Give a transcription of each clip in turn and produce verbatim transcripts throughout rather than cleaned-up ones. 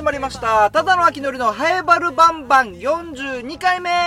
まりました。ただの秋のりのハエバルバンバンよんじゅうにかいめ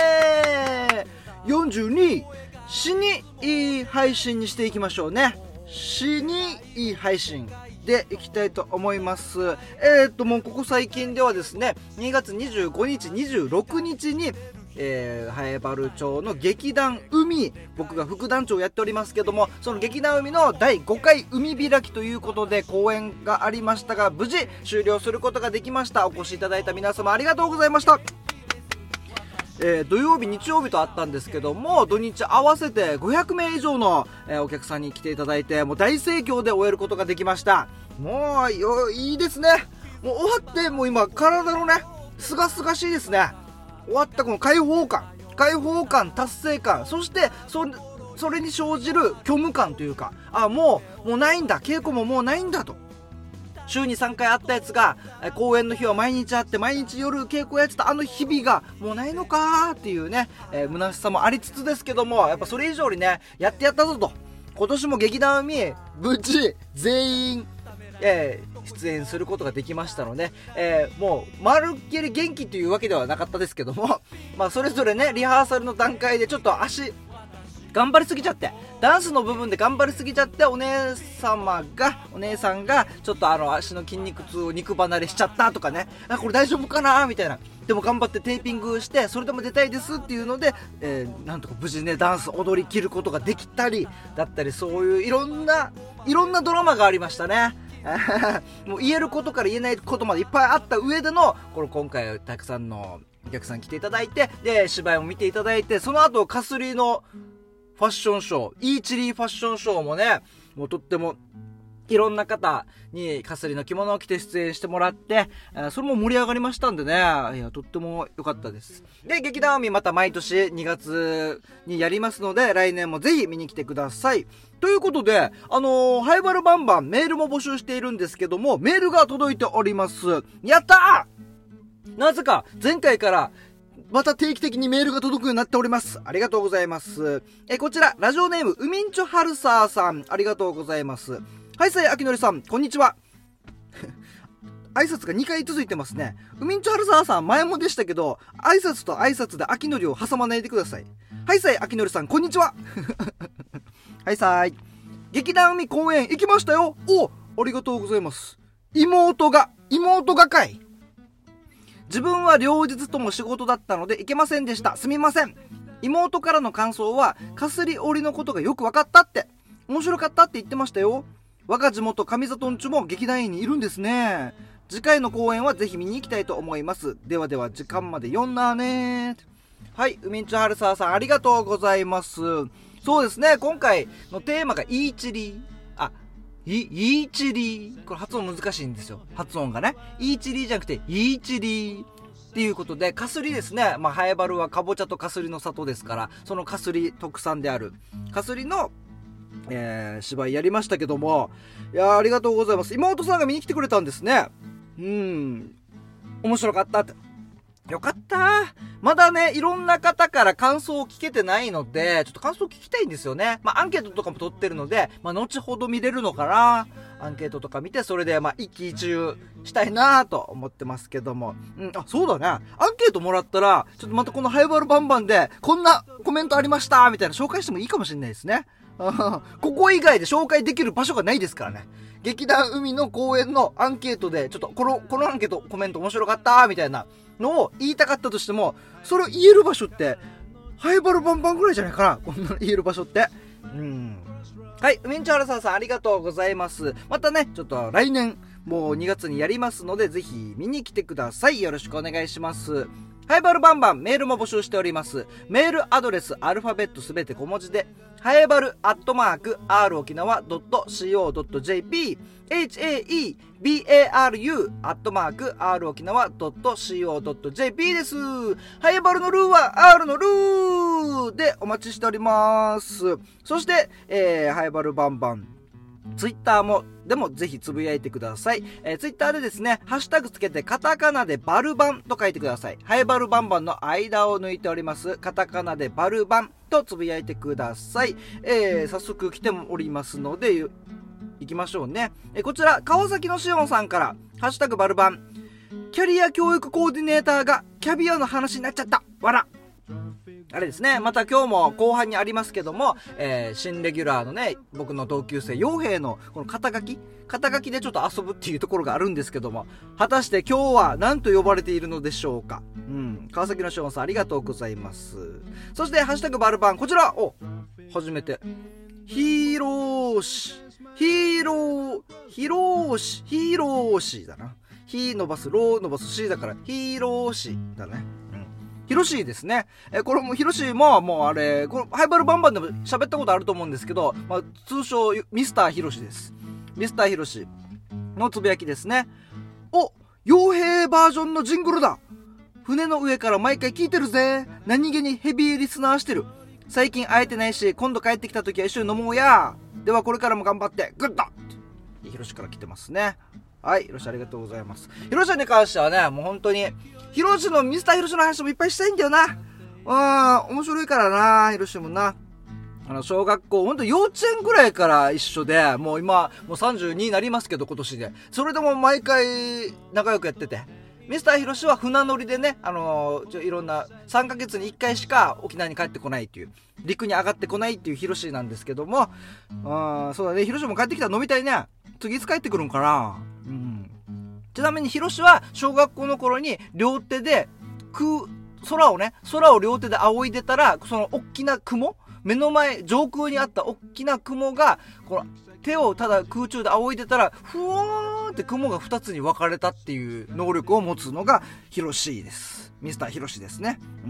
よんじゅうに死にいい配信にしていきましょうね。死にいい配信でいきたいと思います。えーっともうここ最近ではですね、にがつにじゅうごにちにじゅうろくにちにえー、南風原町の劇団海、僕が副団長をやっておりますけども、その劇団海のだいごかい海開きということで公演がありましたが、無事終了することができました。お越しいただいた皆様ありがとうございました。えー、土曜日日曜日とあったんですけども、土日合わせてごひゃくめい以上の、えー、お客さんに来ていただいて、もう大盛況で終えることができました。もうよいいですね。もう終わってもう今体のねすがすがしいですね。終わったこの解放感解放感達成感、そしてそれ、それに生じる虚無感というか、あもうもうないんだ、稽古ももうないんだと、週にさんかいあったやつが公演の日は毎日あって毎日夜稽古やってたあの日々がもうないのかーっていうね、えー、虚しさもありつつですけども、やっぱそれ以上にねやってやったぞと、今年も劇団海無事全員、えー出演することができましたので、えー、もうまるっきり元気というわけではなかったですけども、まあそれぞれねリハーサルの段階でちょっと足頑張りすぎちゃって、ダンスの部分で頑張りすぎちゃって、お姉様がお姉さんがちょっとあの足の筋肉痛を肉離れしちゃったとかね、あこれ大丈夫かなみたいな、でも頑張ってテーピングしてそれでも出たいですっていうので、えー、なんとか無事ねダンス踊り切ることができたりだったり、そういういろんないろんなドラマがありましたね。もう言えることから言えないことまでいっぱいあった上でのこの今回たくさんのお客さん来ていただいて、で芝居も見ていただいて、その後かすりのファッションショー、イーチリーファッションショーもね、もうとってもいろんな方にかすりの着物を着て出演してもらって、それも盛り上がりましたんでね、いやとっても良かったです。で劇団海また毎年にがつにやりますので、来年もぜひ見に来てください。ということで、あのー、ハイバルバンバンメールも募集しているんですけども、メールが届いております。やったー！なぜか前回からまた定期的にメールが届くようになっております。ありがとうございます。えこちらラジオネームウミンチョハルサーさん、ありがとうございます。はい、さいあきのりさんこんにちは。挨拶がにかい続いてますね。ウミンチョハルサーさん前もでしたけど、挨拶と挨拶であきのりを挟まないでください。はい、さいあきのりさんこんにちは。はいさーい。劇団海公演行きましたよ。お、ありがとうございます。妹が妹がかい。自分は両日とも仕事だったので行けませんでした。すみません。妹からの感想はかすり織りのことがよく分かったって、面白かったって言ってましたよ。我が地元上里んちも劇団員にいるんですね。次回の公演はぜひ見に行きたいと思います。ではでは時間まで読んだね。はい、ウミンチョハルサーさんありがとうございます。そうですね、今回のテーマがイーチリー、あ、イイーチリー、これ発音難しいんですよ、発音がね。イーチリーじゃなくてイーチリーっていうことで、かすりですね。まあハエバルはかぼちゃとかすりの里ですから、そのかすり特産であるかすりの、えー、芝居やりましたけども、いやーありがとうございます。妹さんが見に来てくれたんですね。うん面白かったって、よかった。まだねいろんな方から感想を聞けてないので、ちょっと感想聞きたいんですよね。まあアンケートとかも取ってるので、まあ後ほど見れるのかな、アンケートとか見て、それでまあ一喜一憂したいなと思ってますけども、うん、あそうだね、アンケートもらったらちょっとまたこのハイバルバンバンでこんなコメントありましたみたいな紹介してもいいかもしれないですね。ここ以外で紹介できる場所がないですからね。劇団海の公演のアンケートでちょっとこのこのアンケートコメント面白かったみたいなのを言いたかったとしても、それを言える場所ってハイバルバンバンぐらいじゃないかな、こんな言える場所って。うんはい、ウミンチョハルサーさんありがとうございます。またねちょっと来年もうにがつにやりますので、ぜひ見に来てください。よろしくお願いします。ハイバルバンバンメールも募集しております。メールアドレスアルファベットすべて小文字で、ハエバルアットマーク r 沖縄 .co.jp、 haebaru アットマーク r 沖縄 .co.jp です。ハエバルのルーは R のルーでお待ちしております。そして、えー、ハエバルバンバンツイッターもでもぜひつぶやいてください。えー、ツイッターでですね、ハッシュタグつけてカタカナでバルバンと書いてください。ハエバルバンバンの間を抜いておりますカタカナでバルバンとつぶやいてください。えー、早速来ておりますので行きましょうね。えー、こちら川崎のしおんさんからハッシュタグバルバン、 キャリア教育コーディネーターがキャビアの話になっちゃった。わら。あれですね、また今日も後半にありますけども、えー、新レギュラーのね、僕の同級生陽平のこの肩書き肩書きでちょっと遊ぶっていうところがあるんですけども、果たして今日は何と呼ばれているのでしょうか。うん、川崎のしおんさんありがとうございます。そしてハッシュタグバルバン、こちらお初めてヒーローシヒーローヒーローシヒーローシだな。ヒー伸ばすロー伸ばすシだからヒーローシだね。ヒロシーですね。えこれもヒロシーももうあれこれハイバルバンバンでも喋ったことあると思うんですけど、まあ、通称ミスターヒロシです。ミスターヒロシのつぶやきですね。お、傭兵バージョンのジングルだ。船の上から毎回聞いてるぜ。何気にヘビーリスナーしてる。最近会えてないし、今度帰ってきた時は一緒に飲もうや。ではこれからも頑張ってグッド。ヒロシから来てますね。はい、ヒロシありがとうございます。ヒロシに関してはね、もう本当にヒロシのミスターヒロシの話もいっぱいしたいんだよな。うん、面白いからな、ヒロシもな。あの小学校ほんと幼稚園ぐらいから一緒で、もう今もうさんじゅうにになりますけど今年で、それでも毎回仲良くやってて、ミスターヒロシは船乗りでね、あのー、ちょいろんなさんかげつにいっかいしか沖縄に帰ってこないっていう、陸に上がってこないっていうヒロシなんですけども、うん、そうだね、ヒロシも帰ってきたら飲みたいね。次いつ帰ってくるんかな。うん、ちなみにヒロシは小学校の頃に両手で空空をね空を両手で仰いでたら、その大きな雲、目の前上空にあった大きな雲がこの手をただ空中で仰いでたらふわーって雲がふたつに分かれたっていう能力を持つのがヒロシです。ミスターヒロシですね。うん、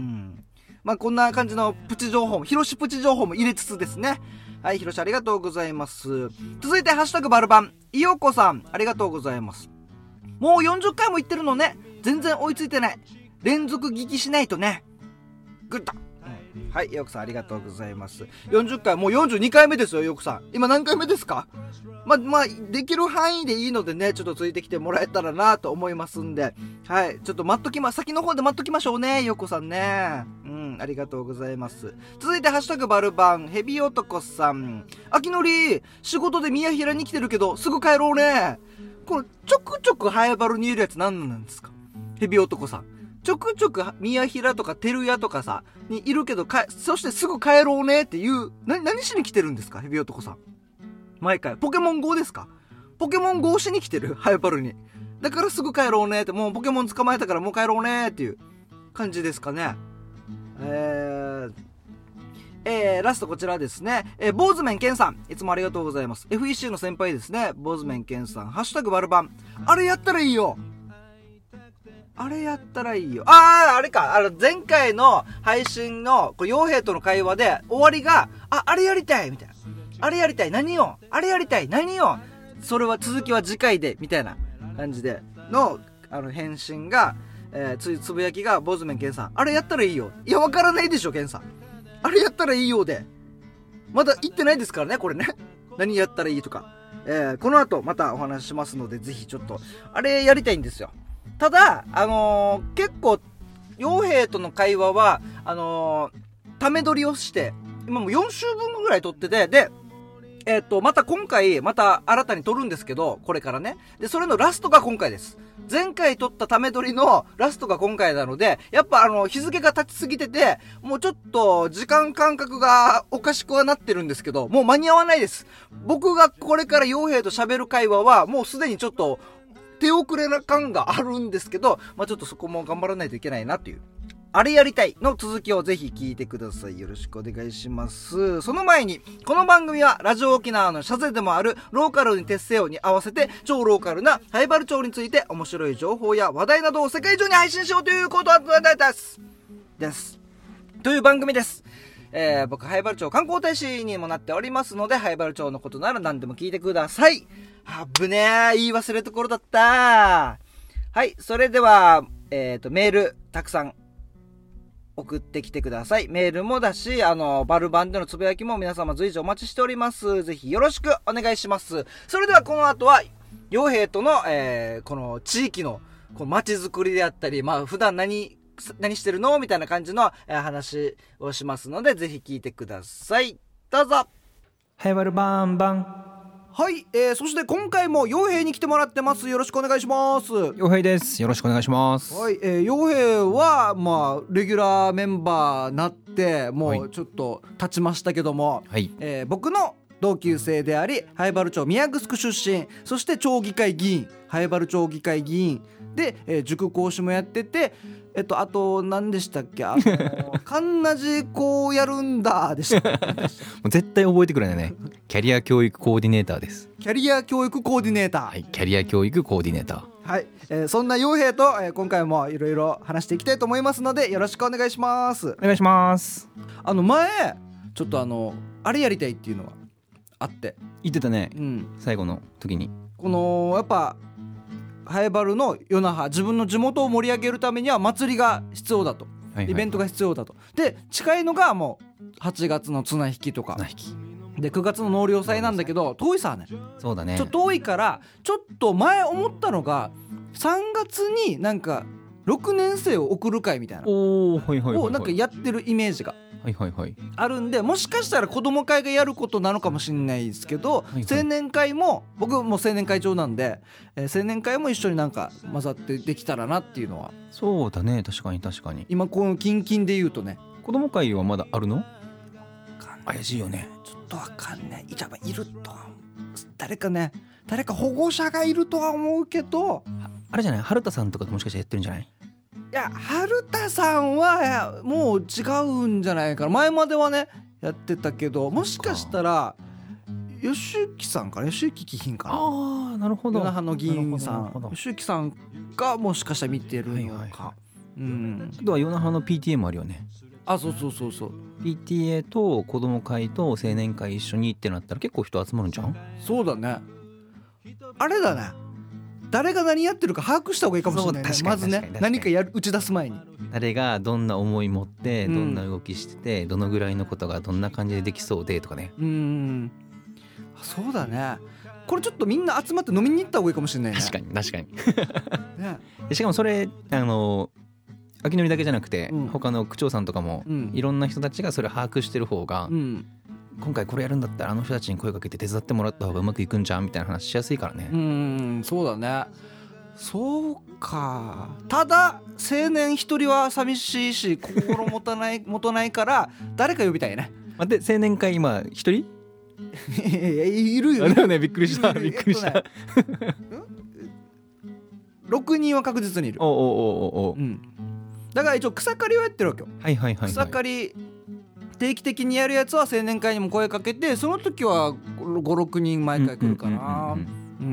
まあこんな感じのプチ情報もヒロシプチ情報も入れつつですね。はい、ヒロシありがとうございます。続いてハッシュタグバルバン、いよこさんありがとうございます。もうよんじゅっかいも言ってるのね。全然追いついてない。連続聞きしないとね。グッド。うん、はい、いよこさんありがとうございます。よんじゅっかい、もうよんじゅうにかいめですよ、いよこさん。今何回目ですか？ま、まあ、できる範囲でいいのでね、ちょっとついてきてもらえたらなと思いますんで、はい、ちょっと待っときま、先の方で待っときましょうね、いよこさんね。うん、ありがとうございます。続いて、ハッシュタグバルバン、ヘビ男さん。あきのり、仕事で宮平に来てるけど、すぐ帰ろうね。この、ちょくちょくハエバルにいるやつ何なんですか？ヘビ男さん。ちょくちょく宮平とか照屋とかさ、にいるけど、か、そしてすぐ帰ろうねっていう、な、何しに来てるんですか？ヘビ男さん。毎回。ポケモン ゴー ですか？ポケモン ゴー しに来てる？ハエバルに。だからすぐ帰ろうねって、もうポケモン捕まえたからもう帰ろうねっていう感じですかね。えー、えー、ラストこちらですね。えー、坊主面ケンさん。いつもありがとうございます。エフイーシー の先輩ですね。坊主面ケンさん。ハッシュタグバルバン。あれやったらいいよ。あれやったらいいよ。あー、あれか。あの、前回の配信の、これ、傭兵との会話で、終わりが、あ、あれやりたいみたいな。あれやりたい何よあれやりたい何よそれは続きは次回でみたいな感じでの、あの、返信が、えー、つ, つぶやきがボズメンケンさん、あれやったらいいよ。いや、わからないでしょケンさん。あれやったらいいよでまだ言ってないですからね、これね。何やったらいいとか、えー、この後またお話ししますので、ぜひちょっとあれやりたいんですよ。ただあのー、結構傭兵との会話はあのー、ため撮りをして今もうよん週分ぐらい撮ってて、でえっと、また今回、また新たに撮るんですけど、これからね。で、それのラストが今回です。前回撮ったため撮りのラストが今回なので、やっぱあの、日付が経ちすぎてて、もうちょっと時間感覚がおかしくはなってるんですけど、もう間に合わないです。僕がこれから傭兵と喋る会話は、もうすでにちょっと手遅れな感があるんですけど、まあちょっとそこも頑張らないといけないなっていう。あれやりたいの続きをぜひ聞いてください。よろしくお願いします。その前に、この番組はラジオ沖縄の社税でもあるローカルに徹せよに合わせて超ローカルなハイバル町について面白い情報や話題などを世界中に配信しようということです。です。という番組です。えー、僕、ハイバル町観光大使にもなっておりますので、ハイバル町のことなら何でも聞いてください。あぶねー、言い忘れたところだった。はい、それでは、えっと、メール、たくさん、送ってきてください。メールもだし、あの、バルバンでのつぶやきも皆様随時お待ちしております。ぜひよろしくお願いします。それではこの後は、傭兵との、えー、この地域の、この街づくりであったり、まあ、普段何、何してるのみたいな感じの、えー、話をしますので、ぜひ聞いてください。どうぞ。 ハイバルバンバン。 はい、えー、そして今回も陽平に来てもらってます。よろしくお願いします。 陽平です。よろしくお願いします。 はい、えー、陽平はまあレギュラーメンバーなってもうちょっと経ちましたけども、 はい、 えー、僕の同級生であり灰原町宮城出身、そして町議会議員、灰原町議会議員で、えー、塾講師もやってて、えっとあと何でしたっけ、あのカンナジこうやるんだでしたもう絶対覚えてくれないね。キャリア教育コーディネーターです。 キャリア教育コーディネーター、 はい、キャリア教育コーディネーター。 はい、えー、そんな陽平と、えー、今回もいろいろ話していきたいと思いますのでよろしくお願いします。 お願いします。 あの前ちょっとあのあれやりたいっていうのがあって言ってたね、 うん、 最後の時にこのやっぱ灰原の与那覇、自分の地元を盛り上げるためには祭りが必要だと、はいはいはい、イベントが必要だと。で近いのがもうはちがつの綱引きとか綱引きでくがつの納涼祭なんだけど遠いさね。 そうだね、 ちょっと遠いからちょっと前思ったのがさんがつになんかろくねん生を送る会みたいなおー、はいはいはいはい、 をなんかやってるイメージがはいはいはいあるんで、もしかしたら子ども会がやることなのかもしれないですけど、はいはい、青年会も僕も青年会長なんで、えー、青年会も一緒になんか混ざってできたらなっていうのは。 そうだね、確かに確かに。 今この近々で言うとね、 子ども会はまだあるの？怪しいよね。 ちょっとわかんない。多分いるとは誰かね誰か保護者がいるとは思うけど、 あれじゃない、春田さんとかもしかしてやってるんじゃない？ いや春田さんはもう違うんじゃないかな。前まではねやってたけど、もしかしたら吉行さんかな、吉行貴賓かな。 ああ、なるほど。 与那覇の議員さん、吉行さんがもしかしたら見てるのか、はいはいはい、うん、 あとは与那覇の ピーティーエー もあるよね。 あ、そうそうそうそう。 ピーティーエー と子ども会と青年会一緒にってなったら結構人集まるんじゃん。 そうだね。あれだね、誰が何やってるか把握した方がいいかもしれないね。まずね、何かやる打ち出す前に誰がどんな思い持ってどんな動きしてて、うん、どのぐらいのことがどんな感じでできそうでとかね。 うーん、そうだね。これちょっとみんな集まって飲みに行った方がいいかもしれないね。確かに確かにね、 しかもそれあの秋のりだけじゃなくて、うん、他の区長さんとかも、うん、いろんな人たちがそれ把握してる方が、うん、今回これやるんだったらあの人たちに声かけて手伝ってもらった方がうまくいくんじゃんみたいな話しやすいからね。 うーん、そうだね。そうか。ただ青年一人は寂しいし心もたない持たないから誰か呼びたいね。 待って、青年会今一人いるよ。 だよね、びっくりしたびっくりした、ね、 ろくにんは確実にいる。 おおおおお、うん、 だから一応草刈りをやってるわけよ。 はいはいはいはい、 草刈り定期的にやるやつは青年会にも声かけて、その時はごろくにん毎回来るかな。うん。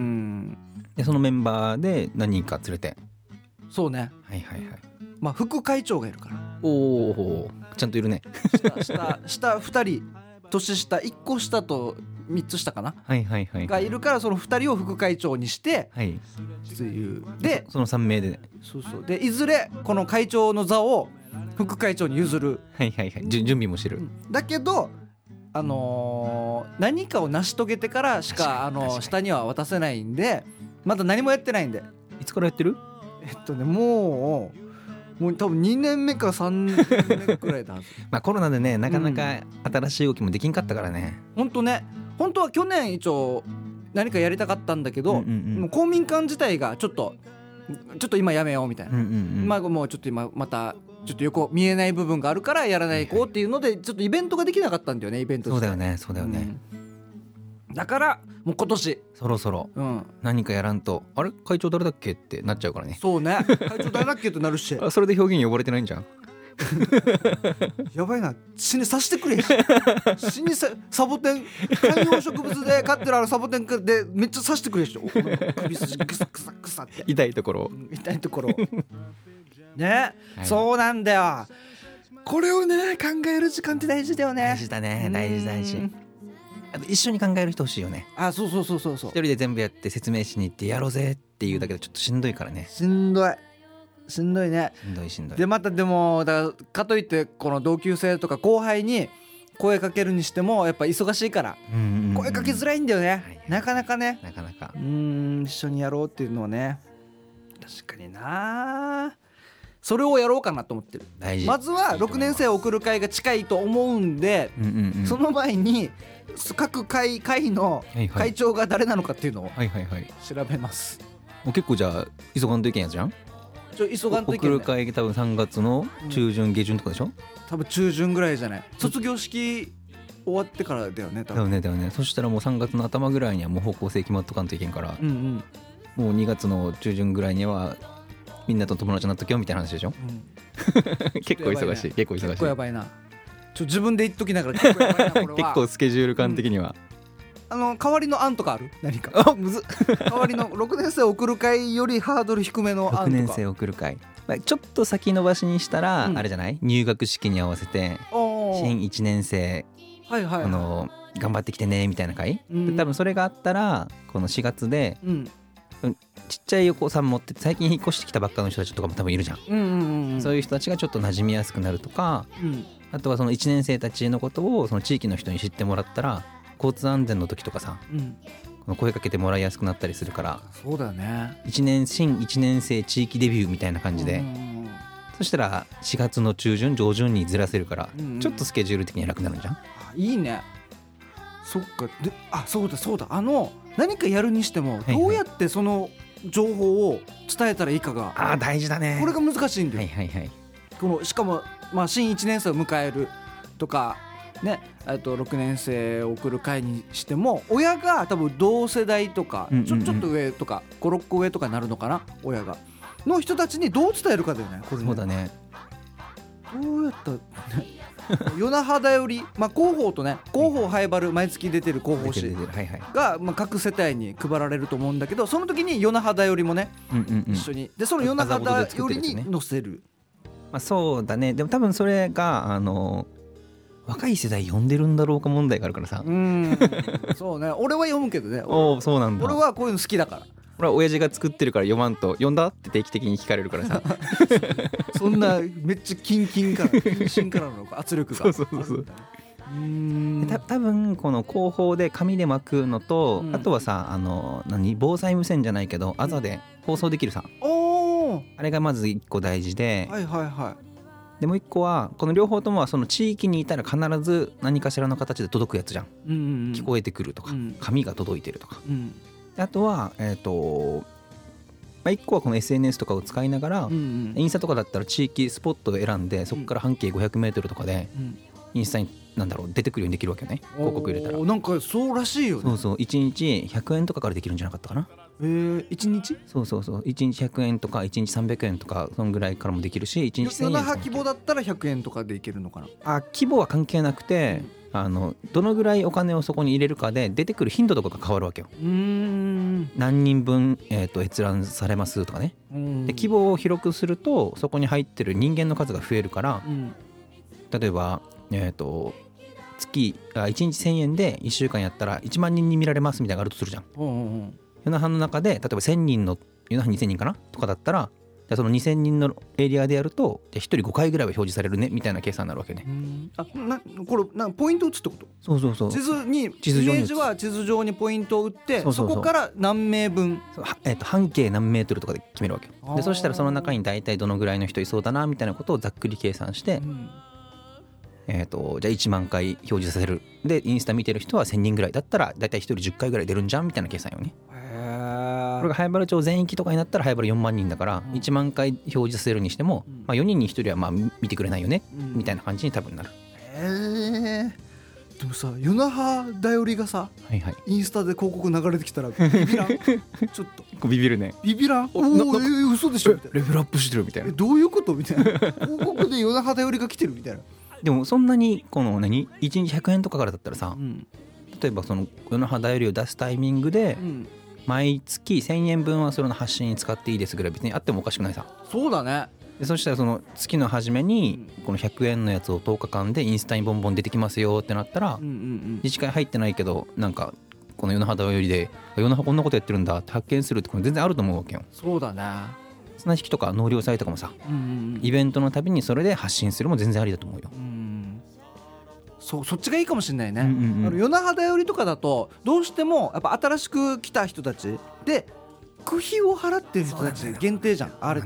でそのメンバーで何人か連れて。 そうね。 はいはいはい。 まあ副会長がいるから。 おお、ちゃんといるね。 下下下ふたり、年下いっこ下とみっつ下かな、 はいはいはい、 がいるから、そのふたりを副会長にして、はい、っていうでそ, そのさん名で、 そうそう、でいずれこの会長の座を副会長に譲る。 はいはいはい、準備もしてる、うん、 だけどあのー、何かを成し遂げてからしかあの下には渡せないんで、まだ何もやってないんで。 いつからやってる？ えっとねもうもう多分にねんめかさんねんめくらいだはずまあコロナでね、なかなか新しい動きもできんかったからね。 ほんとね、本当は去年一応何かやりたかったんだけど、うんうんうん、もう公民館自体がちょっとちょっと今やめようみたいな、うんうんうん、まあもうちょっと今またちょっと横見えない部分があるからやらないこうっていうので、ちょっとイベントができなかったんだよね。イベントそうだよねそうだよね、 うん、だからもう今年そろそろ何かやらんと、うん、あれ会長誰だっけってなっちゃうからね。 そうね、会長誰だっけってなるしあ、それで表現呼ばれてないんじゃんやばいな、死にさせてくれ死にさサボテン観葉植物で飼ってるあのサボテンでめっちゃ刺してくれるし、首筋グサグサグサって痛いところ痛いところね、はい、そうなんだよ。これをね考える時間って大事だよね。 大事だね、大事大事。あと一緒に考える人欲しいよね。 あ、そうそうそうそうそう。 一人で全部やって説明しに行ってやろうぜっていうだけでちょっとしんどいからね。 しんどいしんどいね。 しんどいしんどい。 でまたでもだからかといってこの同級生とか後輩に声かけるにしてもやっぱ忙しいから声かけづらいんだよね、はいはい、なかなかね、 なかなかうーん一緒にやろうっていうのはね、確かにな。 それをやろうかなと思ってる。 大事。 まずはろくねん生を送る会が近いと思うんで、 うんうんうん、 その前に各会会の会長が誰なのかっていうのを調べます、 はいはいはい、もう結構じゃあ急がんといけんやつじゃん。 ちょ急がんといけん、ね、 送る会多分さんがつの中旬、うん、下旬とかでしょ。 多分中旬ぐらいじゃない。卒業式終わってからだよね多分。 だよねだよね。そしたらもうさんがつの頭ぐらいにはもう方向性決まっとかんといけんから、うんうん、もうにがつの中旬ぐらいにはみんなと友達になっとけよみたいな話でしょ、うん、結構忙しい結構忙しい結構やばいな。ちょ自分で言っときながら結構やばいなこれは結構スケジュール感的には、 うん、あの代わりの案とかある？何かあむず代わりのろくねん生送る会よりハードル低めの案とか。 ろくねん生送る会ちょっと先延ばしにしたら、うん、あれじゃない？入学式に合わせて新いちねん生、はいはいはい、あの頑張ってきてねみたいな会、うん、多分それがあったらこのしがつで、うんうん、ちっちゃいお子さん持って最近引っ越してきたばっかの人たちとかも多分いるじゃん、うんうんうん、そういう人たちがちょっと馴染みやすくなるとか、うん、あとはそのいちねん生たちのことをその地域の人に知ってもらったら交通安全の時とかさ、うん、この声かけてもらいやすくなったりするから。 そうだよね。 いちねん新いちねん生地域デビューみたいな感じで、うん、そしたらしがつの中旬上旬にずらせるから、うん、ちょっとスケジュール的には楽になるんじゃん。あ、 いいね。そっか。で、あ、そうだそうだ、あの何かやるにしてもどうやってその情報を伝えたらいいかが、はいはい、 あ、大事だね。 これが難しいんだよ、 はいはいはい、 このしかも、まあ、新いちねん生を迎えるとかね、あとろくねん生を送る会にしても親が多分同世代とか、うんうんうん、ちょ、ちょっと上とかご、ろっこ上とかになるのかな、親がの人たちにどう伝えるかだよね、これね。 そうだね。 どうやった与那覇だより、まあ、広報とね、広報ハイバル毎月出てる広報誌が、まあ、各世帯に配られると思うんだけど、その時に与那覇だよりもね、うんうんうん、一緒にでその与那覇だよりに載せる、 まあ、そうだね。でも多分それがあの若い世代読んでるんだろうか問題があるからさ。 うん、そうね。俺は読むけどね。 お、そうなんだ。 俺はこういうの好きだから。 俺は親父が作ってるから読まんと、読んだって定期的に聞かれるからさそんなめっちゃキンキンからキンシンからの圧力がそうそうそう。うーん、た多分この広報で紙で巻くのと、うん、あとはさ、あの何防災無線じゃないけど、あざで放送できるさ、おー、あれがまず一個大事で、はいはいはい。でもう一個はこの両方ともはその地域にいたら必ず何かしらの形で届くやつじゃん、うんうんうん、聞こえてくるとか、うん、紙が届いてるとか、うん、あとはえっ、ー、とまあ、いっこはこの エスエヌエス とかを使いながら、うんうん、インスタとかだったら地域スポットを選んでそこから半径ごひゃくメートルとかでインスタになんだろう出てくるようにできるわけよね、広告入れたら。 なんかそうらしいよね。 そうそう、いちにちひゃくえんとかからできるんじゃなかったかな。 えー、いちにち？ そうそうそう、いちにちひゃくえんとかいちにちさんびゃくえんとかそのぐらいからもできるし、いちにちせんえん。 与那覇規模だったらひゃくえんとかでいけるのかな。 あ、規模は関係なくて、うん、あのどのぐらいお金をそこに入れるかで出てくる頻度とかが変わるわけよ。うーん、何人分、えー、と閲覧されますとかね。で規模を広くするとそこに入ってる人間の数が増えるから、うん、例えば、えー、と月あいちにちせんえんでいっしゅうかんやったらいちまんにんに見られますみたいなのがあるとするじゃん。与那覇の中で例えばせんにんの与那覇にせんにんかなとかだったら、じゃそのにせんにんのエリアでやるとじゃひとりごかいぐらいは表示されるねみたいな計算になるわけね。うん、あ、なこれなポイント打つってこと？そうそうそう。地図に地図上にイメージは地図上にポイントを打って、そうそうそう、そこから何名分、えー、と半径何メートルとかで決めるわけよ。でそしたらその中に大体どのぐらいの人いそうだなみたいなことをざっくり計算して、うん、えー、とじゃあいちまんかい表示させる。でインスタ見てる人はせんにんぐらいだったらだいたいひとりじゅっかいぐらい出るんじゃんみたいな計算よね。これが灰原町全域とかになったら灰原よんまんにんだから、うん、いちまんかい表示させるにしても、うん、まあ、よにんにひとりはまあ見てくれないよね、うん、みたいな感じに多分なる。 へー。でもさ、与那覇だよりがさ、はいはい、インスタで広告流れてきたらビビらんちょっとビビるね。 ビビらん。おお、えー、嘘でしょみたいな。 レベルアップしてるみたいな。 え、どういうことみたいな。広告で与那覇だよりが来てるみたいな。 でもそんなにこの何いちにちひゃくえんとかからだったらさ、うん、例えばその与那覇だよりを出すタイミングで、うん、毎月せんえんぶんはそれの発信に使っていいですぐらい別にあってもおかしくないさ。 そうだね。 でそしたらその月の初めにこのひゃくえんのやつをとおかかんでインスタにボンボン出てきますよってなったら、うんうんうん、自治会入ってないけどなんかこの与那覇だよりで与那覇こんなことやってるんだって発見するってこれ全然あると思うわけよ。 そうだね。 綱引きとか納涼祭とかもさ、うんうんうん、イベントのたびにそれで発信するも全然ありだと思うよ。うん、 そう、そっちがいいかもしれないね。うんうんうん、あの与那覇だよりとかだとどうしてもやっぱ新しく来た人たちで区費を払ってる人たち限定じゃん、あれって。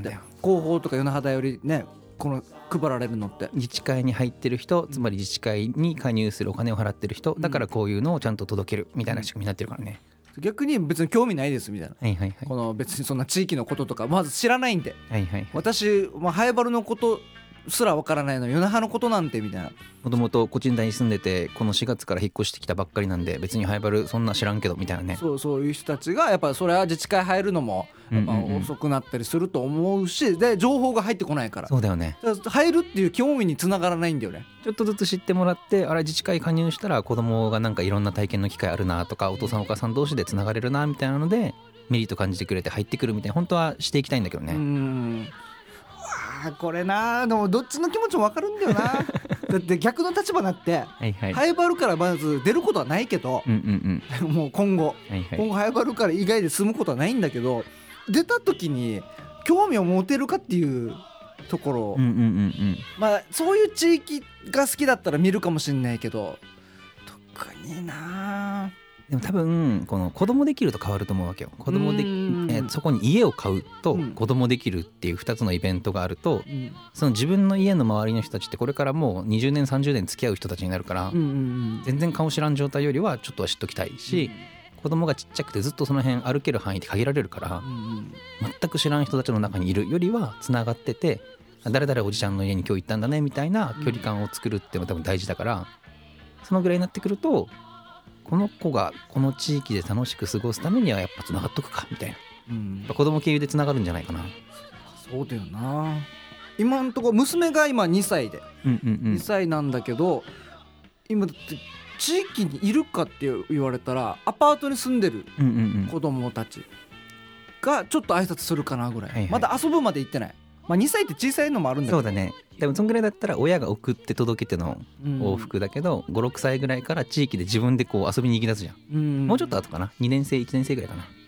広報とか与那覇よりねこの配られるのって。 自治会に入ってる人、つまり自治会に加入するお金を払ってる人だからこういうのをちゃんと届けるみたいな仕組みになってるからね。 逆に別に興味ないですみたいな、 はいはいはい、 この別にそんな地域のこととかまず知らないんで、 はいはいはい、 私、まあ、ハエバルのことすらわからないの与那覇のことなんてみたいな。 もともとコチンダに住んでてこのしがつから引っ越してきたばっかりなんで別にハエバルそんな知らんけどみたいなね。 そうそういう人たちがやっぱそれは自治会入るのもやっぱ遅くなったりすると思うし、で情報が入ってこないから。 そうだよね。 だから入るっていう興味につながらないんだよね。 ちょっとずつ知ってもらって、あれ自治会加入したら子供がなんかいろんな体験の機会あるなとか、お父さんお母さん同士でつながれるなみたいなのでメリット感じてくれて入ってくるみたいな本当はしていきたいんだけどね。 うーん、わこれな、でもどっちの気持ちも分かるんだよなだって逆の立場になって、はいはい、ハエバルからまず出ることはないけど、うんうんうん、もう今後、はいはい、今後ハエバルから以外で住むことはないんだけど、出た時に興味を持てるかっていうところ、うんうんうんうん、まあそういう地域が好きだったら見るかもしれないけど、特にな。 でも多分この子供できると変わると思うわけよ。子供で、えー、そこに家を買うと子供できるっていうふたつのイベントがあると、うん、その自分の家の周りの人たちってこれからもうにじゅうねんさんじゅうねん付き合う人たちになるから、うんうんうん、全然顔知らん状態よりはちょっとは知っときたいし、うん、子供がちっちゃくてずっとその辺歩ける範囲で限られるから、うんうん、全く知らん人たちの中にいるよりはつながってて、誰々おじちゃんの家に今日行ったんだねみたいな距離感を作るっていうのが多分大事だから、そのぐらいになってくるとこの子がこの地域で楽しく過ごすためにはやっぱつながっとくかみたいな、うん、子供経由でつながるんじゃないかな。 そうだよな。今のところ娘が今にさいで、うんうんうん、にさいなんだけど、今だって地域にいるかって言われたらアパートに住んでる子供たちがちょっと挨拶するかなぐらい、はいはい、まだ遊ぶまで行ってない。まあ、にさいって小さいのもあるんだけど。 そうだね。でもそんぐらいだったら親が送って届けての往復だけど、うん、ごろくさいぐらいから地域で自分でこう遊びに行き出すじゃん、うん、もうちょっと後かな、にねんせいいちねんせいぐらいかな。 うん、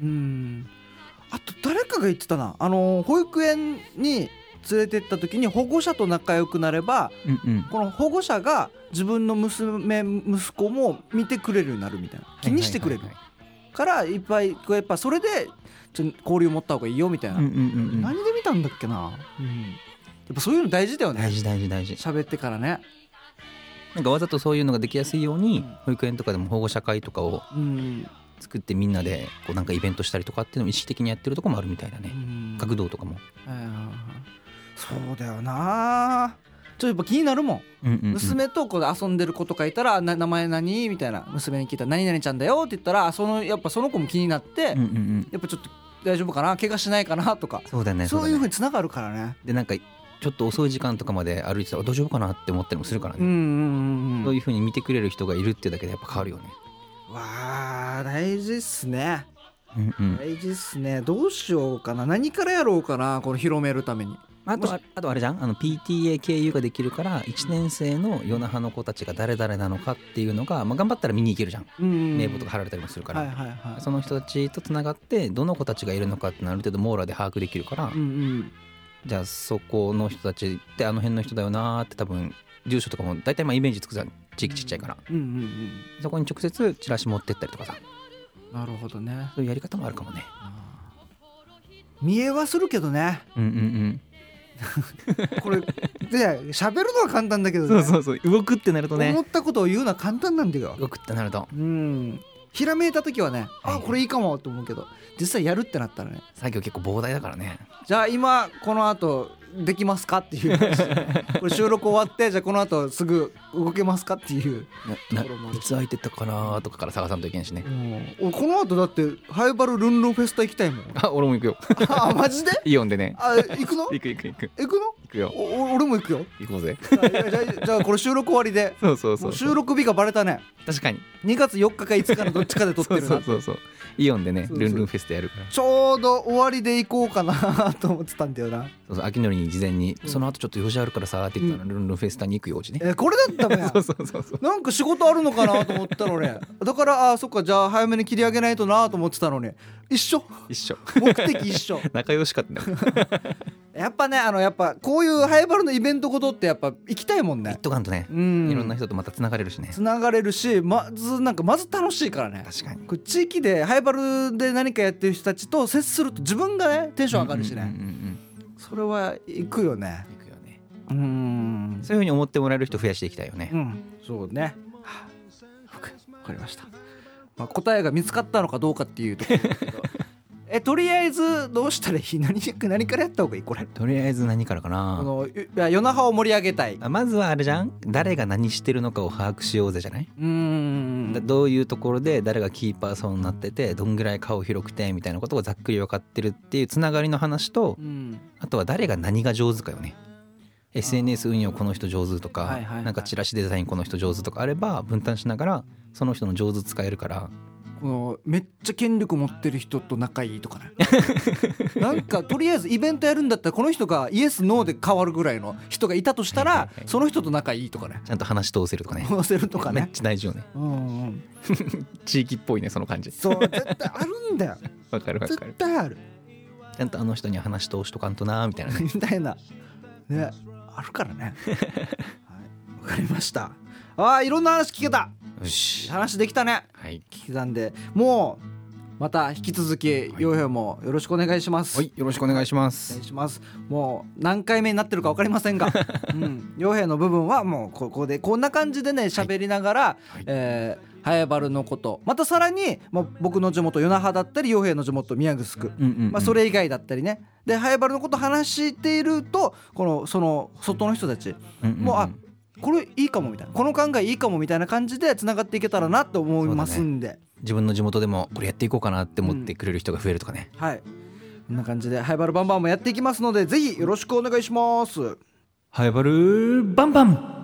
あと誰かが言ってたな、あの保育園に連れてった時に保護者と仲良くなれば、うんうん、この保護者が自分の娘息子も見てくれるようになるみたいな、気にしてくれる、はいはいはいはい、からいっぱいやっぱそれでちょ交流持った方がいいよみたいな、うんうんうんうん、何で見たんだっけな、うん、やっぱそういうの大事だよね。 大事大事大事。 喋ってからね、 なんかわざとそういうのができやすいように、うん、保育園とかでも保護者会とかを作ってみんなでこうなんかイベントしたりとかっていうのを意識的にやってるとこもあるみたいだね、うん、学童とかも、えー、 そうだよな。ちょっとやっぱ気になるもん、うんうんうん、娘とこう遊んでる子とかいたら、な名前何みたいな、娘に聞いたら何々ちゃんだよって言ったら、そのやっぱその子も気になって、うんうんうん、やっぱちょっと大丈夫かな、怪我しないかなとか、 そうだね、 そういう風につながるからね。 でなんかちょっと遅い時間とかまで歩いてたら大丈夫かなって思ったりもするからね、うんうんうん、そういう風に見てくれる人がいるっていうだけでやっぱ変わるよね。 わー大事っすね、うんうん、大事っすね。どうしようかな、何からやろうかな、この広めるために。 あと あ, あとあれじゃん、あの ピーティーエー 経由ができるからいちねんせいの与那覇の子たちが誰々なのかっていうのが、まあ、頑張ったら見に行けるじゃん、うんうん、名簿とか貼られたりもするから、はいはいはい、その人たちとつながってどの子たちがいるのかってのある程度網羅で把握できるから、うんうん、じゃあそこの人たちってあの辺の人だよなって多分住所とかも大体まあイメージつくじゃん、地域ちっちゃいから、うんうんうんうん、そこに直接チラシ持ってったりとかさ。 なるほどね、 そういうやり方もあるかもね。 見えはするけどね、うんうんうんこれで喋るのは簡単だけどね、 そうそうそう、動くってなるとね、 思ったことを言うのは簡単なんだよ。 動くってなると、うん、 ひらめいた時はね、はい、あこれいいかもと思うけど、実際やるってなったらね、 作業結構膨大だからね。 じゃあ今この後できますかっていうこれ収録終わってじゃあこの後すぐ動けますかっていうところもある。いつ空いてたかなとかから探さんといけんしね、 うん、この後だってハイバルルンルンフェスタ行きたいもん。 あ俺も行くよあマジでイオンでね。 あ行くの行く行く行く行くの行くよ。 お俺も行くよ。 行こうぜじゃあ、じゃあこれ収録終わりでそうそうそうそう、 収録日がバレたね。 確かににがつよっかかいつかのどっちかで撮ってるなそうそうそうそう、イオンでね、そうそうルンルンフェスタやるから、 ちょうど終わりで行こうかなと思ってたんだよな。 そうそう、秋のりに事前に、うん、その後ちょっと用事あるからさって言ったら、うん、ルンルンフェスタに行く用事ね。 えこれだったもんやそうそうそうそう、 なんか仕事あるのかなと思ったのねだからあそっか、じゃあ早めに切り上げないとなと思ってたのに、一緒一緒目的一緒仲良しかったねやっぱね、あのやっぱこういうハイバルのイベントごとってやっぱ行きたいもんね。 行っとかんとね、うん、いろんな人とまたつながれるしね。 つながれるし、まずなんかまず楽しいからね。 確かにこれ地域でハイバルで何かやってる人たちと接すると自分がねテンション上がるしね、うんうんうんうん、 それは行くよね。 行くよね。 うーん、 そういうふうに思ってもらえる人増やしていきたいよね。 うん、そうね。はあ、分かりました。まあ、答えが見つかったのかどうかっていうところだけどえとりあえずどうしたらいい？ 何, 何からやった方がいいこれ？ とりあえず何からかな。 このいや夜那覇を盛り上げたい。 あまずはあれじゃん、誰が何してるのかを把握しようぜじゃない？うーんだどういうところで誰がキーパーソンになっててどんぐらい顔広くてみたいなことをざっくり分かってるっていうつながりの話と、うん、あとは誰が何が上手かよね。エスエヌエス 運用この人上手とか、はいはいはい、なんかチラシデザインこの人上手とかあれば分担しながらその人の上手使えるから。 このめっちゃ権力持ってる人と仲いいとかねなんかとりあえずイベントやるんだったらこの人がイエスノーで変わるぐらいの人がいたとしたら、はいはいはい、その人と仲いいとかね。 ちゃんと話通せるとかね。 通せるとかね。 めっちゃ大事よね。うん、うん、地域っぽいねその感じ。 そう絶対あるんだよわかるわかる。 絶対ある。 ちゃんとあの人に話通しとかんとなみたいなねみたいなねあるからねはい、わかりました。あーいろんな話聞けた。よし話できたね。はい、聞きたんでもうまた引き続き陽平もよろしくお願いします。 はい、よろしくお願いします。 お願いします。もう何回目になってるか分かりませんが、うん、陽平の部分はもうここでこんな感じでね喋りながら、はいえー、早原のことまたさらに、まあ、僕の地元与那覇だったり陽平の地元宮城、うんうんうんまあ、それ以外だったりねで早原のこと話しているとこのその外の人たち、うんうんうん、もうあこれいいかもみたいなこの考えいいかもみたいな感じでつながっていけたらなと思いますんで、ね、 自分の地元でもこれやっていこうかなって思ってくれる人が増えるとかね、 うん、はいこんな感じでハイバルバンバンもやっていきますのでぜひよろしくお願いします。 ハイバルバンバン。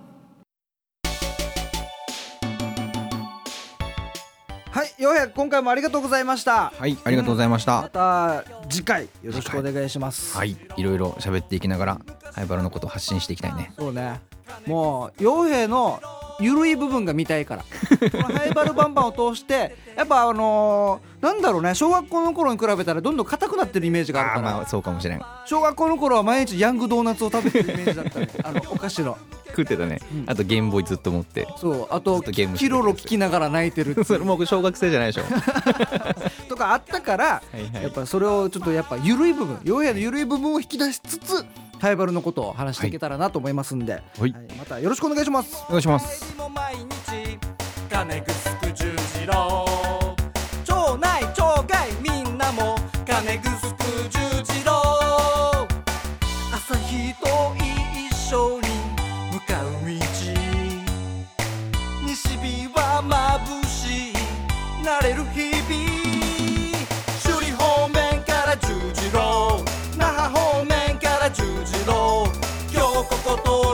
はい陽平今回もありがとうございました。 はいありがとうございました、うん、 また次回よろしくお願いします。 はい、はい、いろいろ喋っていきながらハイバルのことを発信していきたいね。 そうねもう陽平のゆるい部分が見たいからこのハイバルバンバンを通してやっぱあのー、なんだろうね小学校の頃に比べたらどんどん硬くなってるイメージがあるから。 あまあそうかもしれん。 小学校の頃は毎日ヤングドーナツを食べてるイメージだったねあのお菓子の食ってたね、うん、あとゲームボーイずっと持ってそうあとキロロ聞きながら泣いてるってそれもう小学生じゃないでしょとかあったから、はいはい、やっぱそれをちょっとやっぱゆるい部分陽平のゆるい部分を引き出しつつハイバルのことを話していけたらなと思いますんで、はいはい、またよろしくお願いします。 お願いします。 金ぐすく十字路町内町外みんなも金ぐすく十字路朝日と一緒に向かう道西日は眩しいなれる日々首里方面から十字路那覇方面から十字路今日ここと